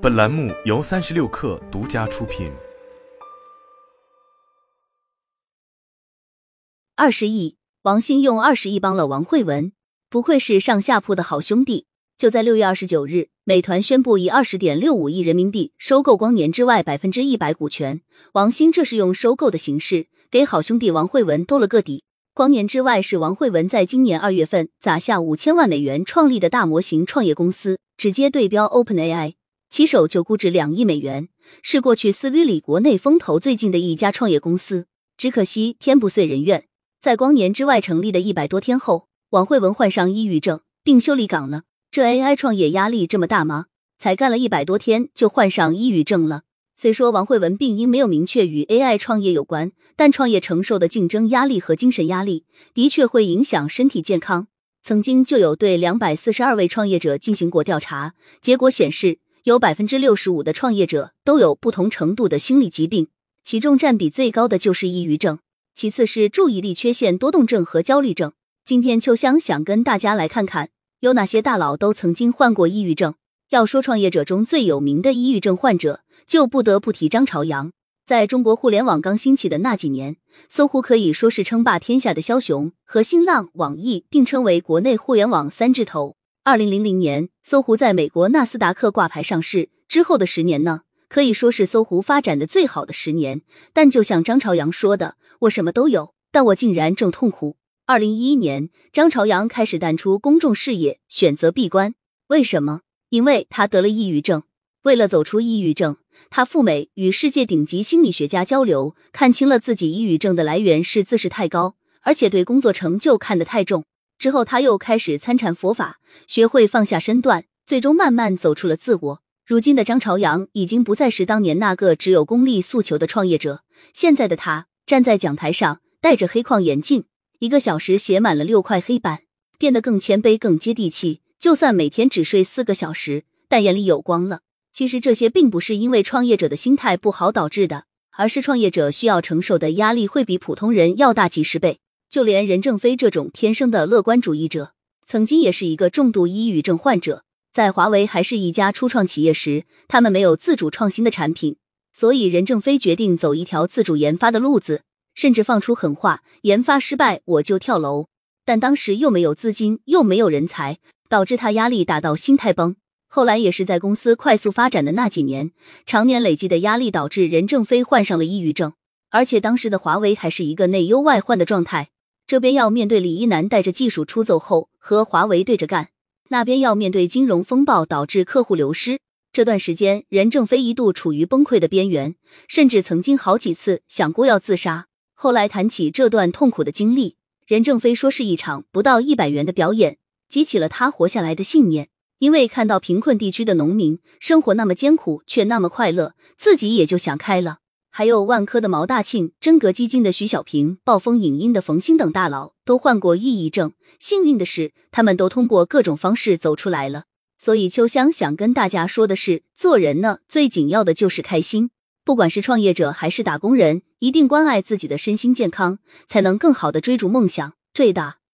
本栏目由36氪独家出品。 20亿，王兴用20亿帮了王慧文，不愧是上下铺的好兄弟。就在6月29日，美团宣布以20.65亿人民币收购光年之外 100% 股权。王兴这是用收购的形式给好兄弟王慧文兜了个底。光年之外是王慧文在今年2月份砸下5000万美元创立的大模型创业公司，直接对标 OpenAI， 起手就估值2亿美元，是过去4V里国内风头最近的一家创业公司。只可惜天不遂人愿，在光年之外成立的100多天后，王慧文患上抑郁症，并休离岗了。这 AI 创业压力这么大吗？才干了100多天就患上抑郁症了。虽说王慧文病因没有明确与 AI 创业有关，但创业承受的竞争压力和精神压力的确会影响身体健康。曾经就有对242位创业者进行过调查，结果显示有 65% 的创业者都有不同程度的心理疾病，其中占比最高的就是抑郁症，其次是注意力缺陷多动症和焦虑症。今天秋香想跟大家来看看有哪些大佬都曾经患过抑郁症。要说创业者中最有名的抑郁症患者，就不得不提张朝阳。在中国互联网刚兴起的那几年，搜狐可以说是称霸天下的枭雄，和新浪、网易并称为国内互联网三巨头。2000年，搜狐在美国纳斯达克挂牌上市之后的10年呢，可以说是搜狐发展的最好的10年。但就像张朝阳说的，我什么都有，但我竟然正痛苦。2011年，张朝阳开始淡出公众视野，选择闭关。为什么？因为他得了抑郁症。为了走出抑郁症，他赴美与世界顶级心理学家交流，看清了自己抑郁症的来源是自视太高，而且对工作成就看得太重。之后他又开始参禅佛法，学会放下身段，最终慢慢走出了自我。如今的张朝阳已经不再是当年那个只有功利诉求的创业者，现在的他站在讲台上，戴着黑框眼镜，1个小时写满了6块黑板，变得更谦卑更接地气。就算每天只睡4个小时，但眼里有光了。其实这些并不是因为创业者的心态不好导致的，而是创业者需要承受的压力会比普通人要大几十倍。就连任正非这种天生的乐观主义者，曾经也是一个重度抑郁症患者。在华为还是一家初创企业时，他们没有自主创新的产品，所以任正非决定走一条自主研发的路子，甚至放出狠话，研发失败我就跳楼。但当时又没有资金，又没有人才，导致他压力大到心态崩。后来也是在公司快速发展的那几年，常年累积的压力导致任正非患上了抑郁症。而且当时的华为还是一个内忧外患的状态，这边要面对李一男带着技术出走后和华为对着干，那边要面对金融风暴导致客户流失。这段时间任正非一度处于崩溃的边缘，甚至曾经好几次想过要自杀。后来谈起这段痛苦的经历，任正非说是一场不到100元的表演，激起了他活下来的信念。因为看到贫困地区的农民生活那么艰苦却那么快乐，自己也就想开了。还有万科的毛大庆、真格基金的徐小平、暴风影音的冯鑫等大佬都患过抑郁症，幸运的是他们都通过各种方式走出来了。所以秋香想跟大家说的是，做人呢，最紧要的就是开心。不管是创业者还是打工人，一定关爱自己的身心健康，才能更好的追逐梦想。对的。